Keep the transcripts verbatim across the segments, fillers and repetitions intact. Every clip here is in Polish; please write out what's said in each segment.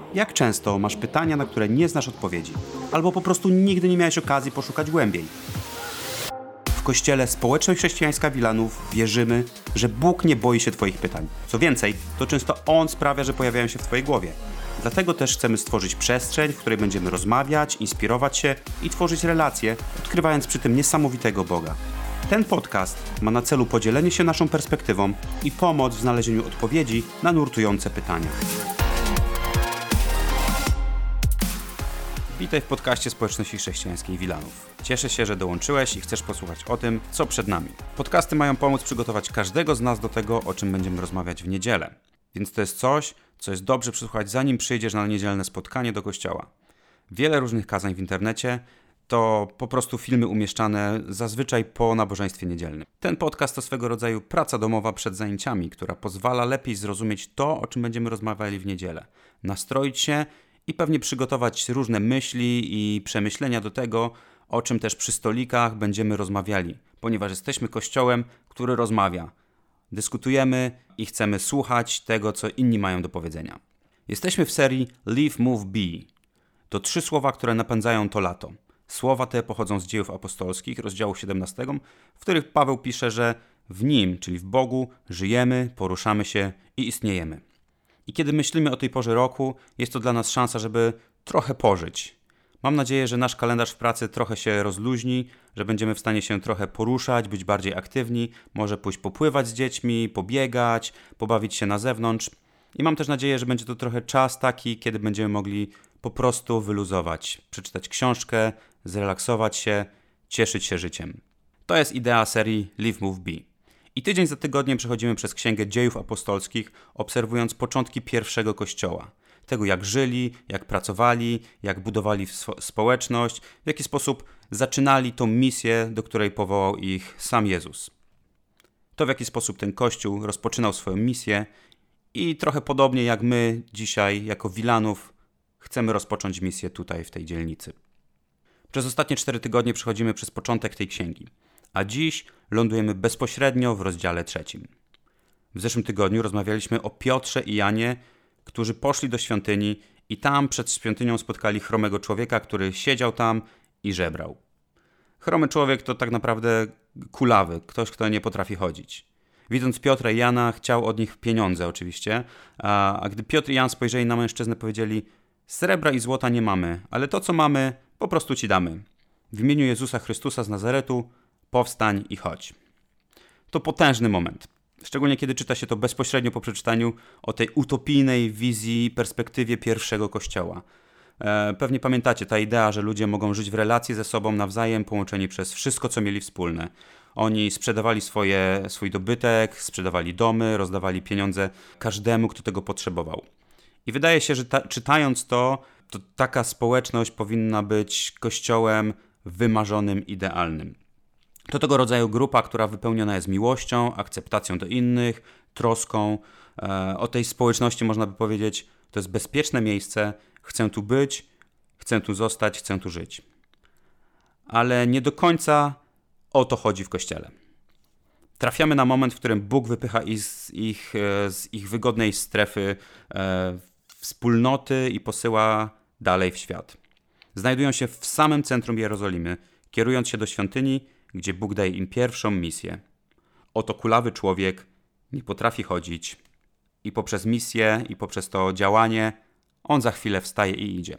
Jak często masz pytania, na które nie znasz odpowiedzi, albo po prostu nigdy nie miałeś okazji poszukać głębiej? W Kościele Społeczność Chrześcijańska Wilanów wierzymy, że Bóg nie boi się Twoich pytań. Co więcej, to często On sprawia, że pojawiają się w Twojej głowie. Dlatego też chcemy stworzyć przestrzeń, w której będziemy rozmawiać, inspirować się i tworzyć relacje, odkrywając przy tym niesamowitego Boga. Ten podcast ma na celu podzielenie się naszą perspektywą i pomoc w znalezieniu odpowiedzi na nurtujące pytania. Witaj w podcaście Społeczności Chrześcijańskiej Wilanów. Cieszę się, że dołączyłeś i chcesz posłuchać o tym, co przed nami. Podcasty mają pomóc przygotować każdego z nas do tego, o czym będziemy rozmawiać w niedzielę. Więc to jest coś, co jest dobrze przesłuchać, zanim przyjdziesz na niedzielne spotkanie do kościoła. Wiele różnych kazań w internecie to po prostu filmy umieszczane zazwyczaj po nabożeństwie niedzielnym. Ten podcast to swego rodzaju praca domowa przed zajęciami, która pozwala lepiej zrozumieć to, o czym będziemy rozmawiali w niedzielę. Nastroić się i pewnie przygotować różne myśli i przemyślenia do tego, o czym też przy stolikach będziemy rozmawiali, ponieważ jesteśmy kościołem, który rozmawia. Dyskutujemy i chcemy słuchać tego, co inni mają do powiedzenia. Jesteśmy w serii Live, Move, Be. To trzy słowa, które napędzają to lato. Słowa te pochodzą z Dziejów Apostolskich, rozdziału siedemnastego, w których Paweł pisze, że w Nim, czyli w Bogu, żyjemy, poruszamy się i istniejemy. I kiedy myślimy o tej porze roku, jest to dla nas szansa, żeby trochę pożyć. Mam nadzieję, że nasz kalendarz w pracy trochę się rozluźni, że będziemy w stanie się trochę poruszać, być bardziej aktywni, może pójść popływać z dziećmi, pobiegać, pobawić się na zewnątrz. I mam też nadzieję, że będzie to trochę czas taki, kiedy będziemy mogli po prostu wyluzować, przeczytać książkę, zrelaksować się, cieszyć się życiem. To jest idea serii Live, Move, Be. I tydzień za tygodniem przechodzimy przez Księgę Dziejów Apostolskich, obserwując początki pierwszego Kościoła. Tego, jak żyli, jak pracowali, jak budowali swo- społeczność, w jaki sposób zaczynali tą misję, do której powołał ich sam Jezus. To, w jaki sposób ten Kościół rozpoczynał swoją misję i trochę podobnie jak my dzisiaj, jako Wilanów, chcemy rozpocząć misję tutaj, w tej dzielnicy. Przez ostatnie cztery tygodnie przechodzimy przez początek tej księgi, a dziś lądujemy bezpośrednio w rozdziale trzecim. W zeszłym tygodniu rozmawialiśmy o Piotrze i Janie, którzy poszli do świątyni i tam przed świątynią spotkali chromego człowieka, który siedział tam i żebrał. Chromy człowiek to tak naprawdę kulawy, ktoś, kto nie potrafi chodzić. Widząc Piotra i Jana, chciał od nich pieniądze oczywiście, a, a gdy Piotr i Jan spojrzeli na mężczyznę, powiedzieli: srebra i złota nie mamy, ale to, co mamy, po prostu ci damy. W imieniu Jezusa Chrystusa z Nazaretu powstań i chodź. To potężny moment. Szczególnie kiedy czyta się to bezpośrednio po przeczytaniu o tej utopijnej wizji, perspektywie pierwszego Kościoła. E, pewnie pamiętacie, ta idea, że ludzie mogą żyć w relacji ze sobą nawzajem, połączeni przez wszystko, co mieli wspólne. Oni sprzedawali swoje, swój dobytek, sprzedawali domy, rozdawali pieniądze każdemu, kto tego potrzebował. I wydaje się, że ta, czytając to, to taka społeczność powinna być kościołem wymarzonym, idealnym. To tego rodzaju grupa, która wypełniona jest miłością, akceptacją do innych, troską. E, o tej społeczności można by powiedzieć, to jest bezpieczne miejsce, chcę tu być, chcę tu zostać, chcę tu żyć. Ale nie do końca o to chodzi w Kościele. Trafiamy na moment, w którym Bóg wypycha ich z ich, z ich wygodnej strefy e, wspólnoty i posyła dalej w świat. Znajdują się w samym centrum Jerozolimy, kierując się do świątyni, gdzie Bóg daje im pierwszą misję. Oto kulawy człowiek nie potrafi chodzić i poprzez misję i poprzez to działanie on za chwilę wstaje i idzie.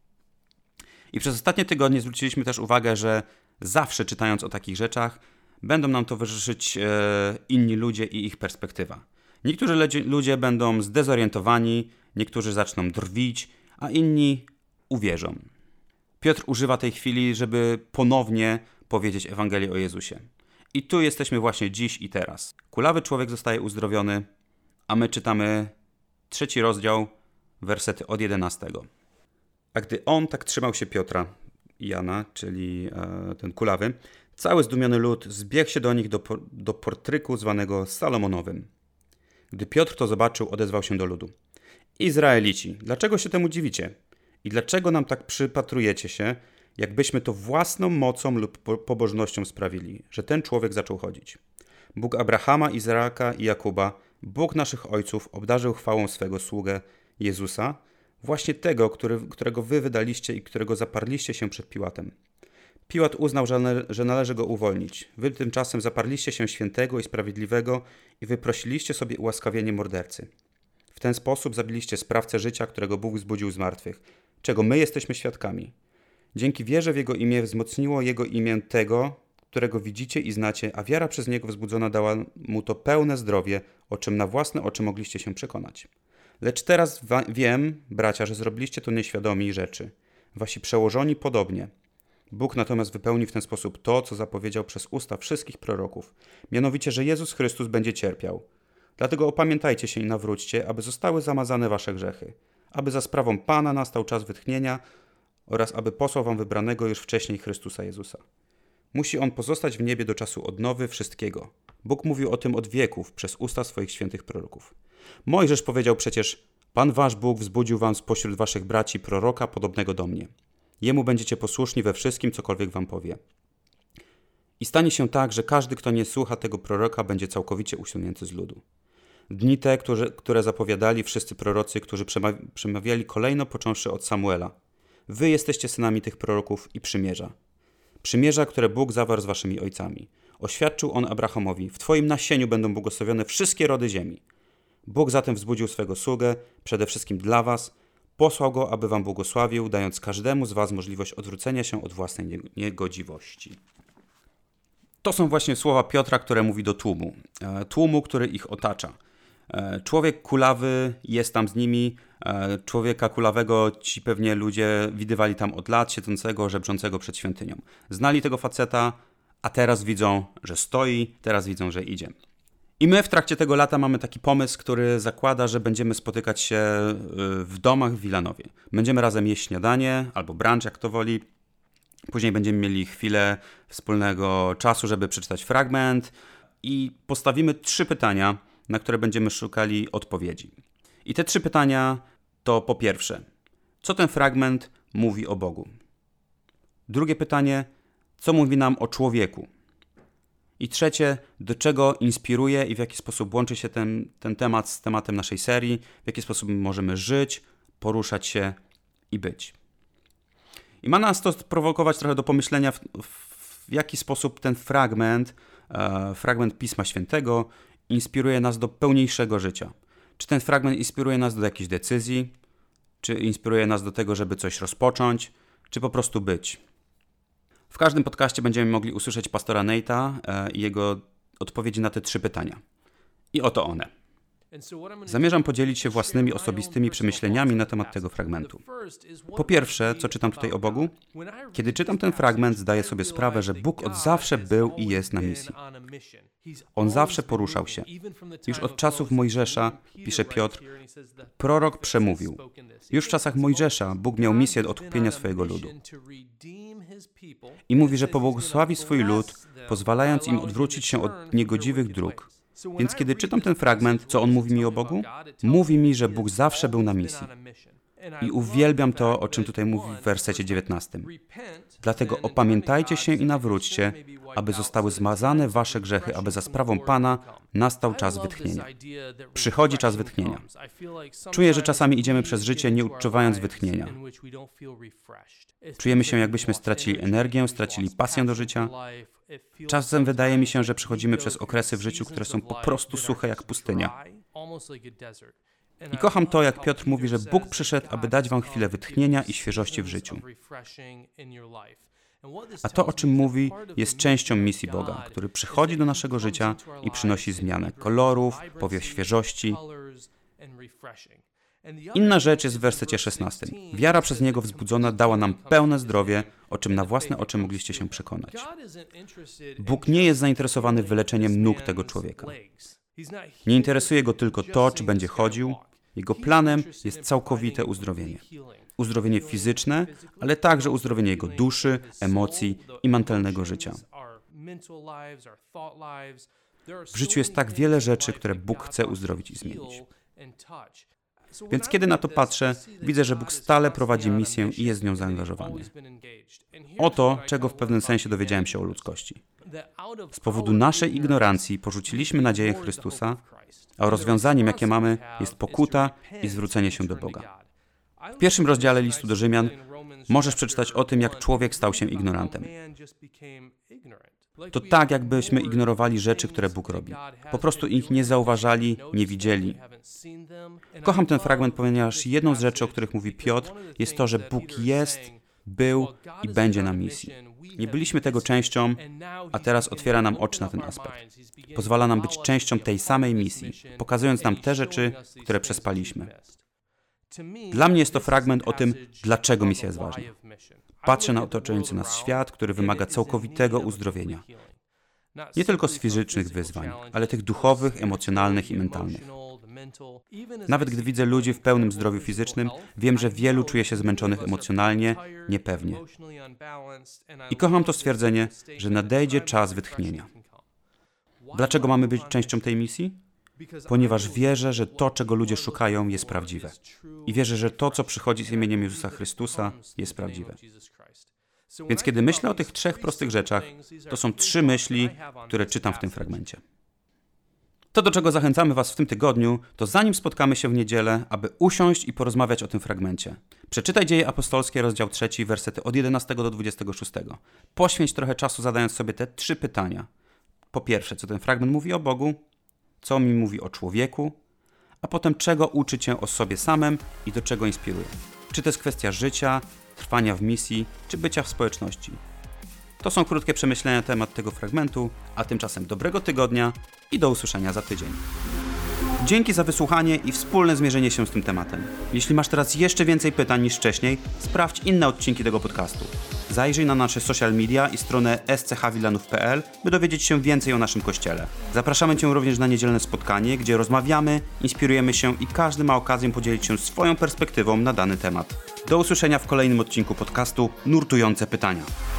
I przez ostatnie tygodnie zwróciliśmy też uwagę, że zawsze czytając o takich rzeczach będą nam towarzyszyć e, inni ludzie i ich perspektywa. Niektórzy ludzie, ludzie będą zdezorientowani, niektórzy zaczną drwić, a inni uwierzą. Piotr używa tej chwili, żeby ponownie powiedzieć Ewangelię o Jezusie. I tu jesteśmy właśnie dziś i teraz. Kulawy człowiek zostaje uzdrowiony, a my czytamy trzeci rozdział, wersety od jedenastego. A gdy on tak trzymał się Piotra i Jana, czyli e, ten kulawy, cały zdumiony lud zbiegł się do nich do, do portryku zwanego Salomonowym. Gdy Piotr to zobaczył, odezwał się do ludu. Izraelici, dlaczego się temu dziwicie? I dlaczego nam tak przypatrujecie się, jakbyśmy to własną mocą lub pobożnością sprawili, że ten człowiek zaczął chodzić? Bóg Abrahama, Izaaka i Jakuba, Bóg naszych ojców obdarzył chwałą swego sługę Jezusa, Właśnie tego, który, którego wy wydaliście i którego zaparliście się przed Piłatem. Piłat uznał, że, nale, że należy go uwolnić. Wy tymczasem zaparliście się świętego i sprawiedliwego i wyprosiliście sobie ułaskawienie mordercy. W ten sposób zabiliście sprawcę życia, którego Bóg wzbudził z martwych, czego my jesteśmy świadkami. Dzięki wierze w Jego imię wzmocniło Jego imię tego, którego widzicie i znacie, a wiara przez Niego wzbudzona dała mu to pełne zdrowie, o czym na własne oczy mogliście się przekonać. Lecz teraz wa- wiem, bracia, że zrobiliście to nieświadomi rzeczy. Wasi przełożoni podobnie. Bóg natomiast wypełni w ten sposób to, co zapowiedział przez usta wszystkich proroków, mianowicie, że Jezus Chrystus będzie cierpiał. Dlatego opamiętajcie się i nawróćcie, aby zostały zamazane wasze grzechy, aby za sprawą Pana nastał czas wytchnienia oraz aby posłał wam wybranego już wcześniej Chrystusa Jezusa. Musi On pozostać w niebie do czasu odnowy wszystkiego. Bóg mówił o tym od wieków przez usta swoich świętych proroków. Mojżesz powiedział przecież: Pan wasz Bóg wzbudził wam spośród waszych braci proroka podobnego do mnie. Jemu będziecie posłuszni we wszystkim, cokolwiek wam powie. I stanie się tak, że każdy, kto nie słucha tego proroka, będzie całkowicie usunięty z ludu. Dni te, które, które zapowiadali wszyscy prorocy, którzy przemawiali kolejno począwszy od Samuela. Wy jesteście synami tych proroków i przymierza. Przymierza, które Bóg zawarł z waszymi ojcami. Oświadczył On Abrahamowi: w twoim nasieniu będą błogosławione wszystkie rody ziemi. Bóg zatem wzbudził swego sługę, przede wszystkim dla was, posłał go, aby wam błogosławił, dając każdemu z was możliwość odwrócenia się od własnej niegodziwości. To są właśnie słowa Piotra, które mówi do tłumu. Tłumu, który ich otacza. Człowiek kulawy jest tam z nimi. Człowieka kulawego ci pewnie ludzie widywali tam od lat, siedzącego, żebrzącego przed świątynią. Znali tego faceta, a teraz widzą, że stoi, teraz widzą, że idzie. I my w trakcie tego lata mamy taki pomysł, który zakłada, że będziemy spotykać się w domach w Wilanowie. Będziemy razem jeść śniadanie albo brunch, jak to woli. Później będziemy mieli chwilę wspólnego czasu, żeby przeczytać fragment i postawimy trzy pytania, na które będziemy szukali odpowiedzi. I te trzy pytania to po pierwsze, co ten fragment mówi o Bogu? Drugie pytanie, co mówi nam o człowieku? I trzecie, do czego inspiruje i w jaki sposób łączy się ten, ten temat z tematem naszej serii, w jaki sposób możemy żyć, poruszać się i być. I ma nas to sprowokować trochę do pomyślenia, w, w jaki sposób ten fragment, e, fragment Pisma Świętego inspiruje nas do pełniejszego życia. Czy ten fragment inspiruje nas do jakiejś decyzji, czy inspiruje nas do tego, żeby coś rozpocząć, czy po prostu być. W każdym podcaście będziemy mogli usłyszeć pastora Nate'a e, i jego odpowiedzi na te trzy pytania. I oto one. Zamierzam podzielić się własnymi osobistymi przemyśleniami na temat tego fragmentu. Po pierwsze, co czytam tutaj o Bogu? Kiedy czytam ten fragment, zdaję sobie sprawę, że Bóg od zawsze był i jest na misji. On zawsze poruszał się. Już od czasów Mojżesza, pisze Piotr, prorok przemówił. Już w czasach Mojżesza Bóg miał misję odkupienia swojego ludu. I mówi, że pobłogosławi swój lud, pozwalając im odwrócić się od niegodziwych dróg. Więc kiedy czytam ten fragment, co on mówi mi o Bogu? Mówi mi, że Bóg zawsze był na misji. I uwielbiam to, o czym tutaj mówi w wersecie dziewiętnastym. Dlatego opamiętajcie się i nawróćcie, aby zostały zmazane wasze grzechy, aby za sprawą Pana nastał czas wytchnienia. Przychodzi czas wytchnienia. Czuję, że czasami idziemy przez życie, nie odczuwając wytchnienia. Czujemy się, jakbyśmy stracili energię, stracili pasję do życia. Czasem wydaje mi się, że przechodzimy przez okresy w życiu, które są po prostu suche jak pustynia. I kocham to, jak Piotr mówi, że Bóg przyszedł, aby dać wam chwilę wytchnienia i świeżości w życiu. A to, o czym mówi, jest częścią misji Boga, który przychodzi do naszego życia i przynosi zmianę kolorów, powiew świeżości. Inna rzecz jest w wersecie szesnastym. Wiara przez Niego wzbudzona dała nam pełne zdrowie, o czym na własne oczy mogliście się przekonać. Bóg nie jest zainteresowany wyleczeniem nóg tego człowieka. Nie interesuje Go tylko to, czy będzie chodził. Jego planem jest całkowite uzdrowienie. Uzdrowienie fizyczne, ale także uzdrowienie jego duszy, emocji i mentalnego życia. W życiu jest tak wiele rzeczy, które Bóg chce uzdrowić i zmienić. Więc kiedy na to patrzę, widzę, że Bóg stale prowadzi misję i jest z nią zaangażowany. Oto, czego w pewnym sensie dowiedziałem się o ludzkości. Z powodu naszej ignorancji porzuciliśmy nadzieję Chrystusa, a rozwiązaniem, jakie mamy, jest pokuta i zwrócenie się do Boga. W pierwszym rozdziale listu do Rzymian możesz przeczytać o tym, jak człowiek stał się ignorantem. To tak, jakbyśmy ignorowali rzeczy, które Bóg robi. Po prostu ich nie zauważali, nie widzieli. Kocham ten fragment, ponieważ jedną z rzeczy, o których mówi Piotr, jest to, że Bóg jest, był i będzie na misji. Nie byliśmy tego częścią, a teraz otwiera nam oczy na ten aspekt. Pozwala nam być częścią tej samej misji, pokazując nam te rzeczy, które przespaliśmy. Dla mnie jest to fragment o tym, dlaczego misja jest ważna. Patrzę na otaczający nas świat, który wymaga całkowitego uzdrowienia. Nie tylko z fizycznych wyzwań, ale tych duchowych, emocjonalnych i mentalnych. Nawet gdy widzę ludzi w pełnym zdrowiu fizycznym, wiem, że wielu czuje się zmęczonych emocjonalnie, niepewnie. I kocham to stwierdzenie, że nadejdzie czas wytchnienia. Dlaczego mamy być częścią tej misji? Ponieważ wierzę, że to, czego ludzie szukają, jest prawdziwe. I wierzę, że to, co przychodzi z imieniem Jezusa Chrystusa, jest prawdziwe. Więc kiedy myślę o tych trzech prostych rzeczach, to są trzy myśli, które czytam w tym fragmencie. To, do czego zachęcamy Was w tym tygodniu, to zanim spotkamy się w niedzielę, aby usiąść i porozmawiać o tym fragmencie. Przeczytaj Dzieje Apostolskie, rozdział trzeci, wersety od jedenastego do dwudziestego szóstego. Poświęć trochę czasu, zadając sobie te trzy pytania. Po pierwsze, co ten fragment mówi o Bogu, co mi mówi o człowieku, a potem czego uczy Cię o sobie samym i do czego inspiruje. Czy to jest kwestia życia, trwania w misji, czy bycia w społeczności. To są krótkie przemyślenia na temat tego fragmentu, a tymczasem dobrego tygodnia i do usłyszenia za tydzień. Dzięki za wysłuchanie i wspólne zmierzenie się z tym tematem. Jeśli masz teraz jeszcze więcej pytań niż wcześniej, sprawdź inne odcinki tego podcastu. Zajrzyj na nasze social media i stronę s c h wilanów kropka p l, by dowiedzieć się więcej o naszym kościele. Zapraszamy Cię również na niedzielne spotkanie, gdzie rozmawiamy, inspirujemy się i każdy ma okazję podzielić się swoją perspektywą na dany temat. Do usłyszenia w kolejnym odcinku podcastu Nurtujące Pytania.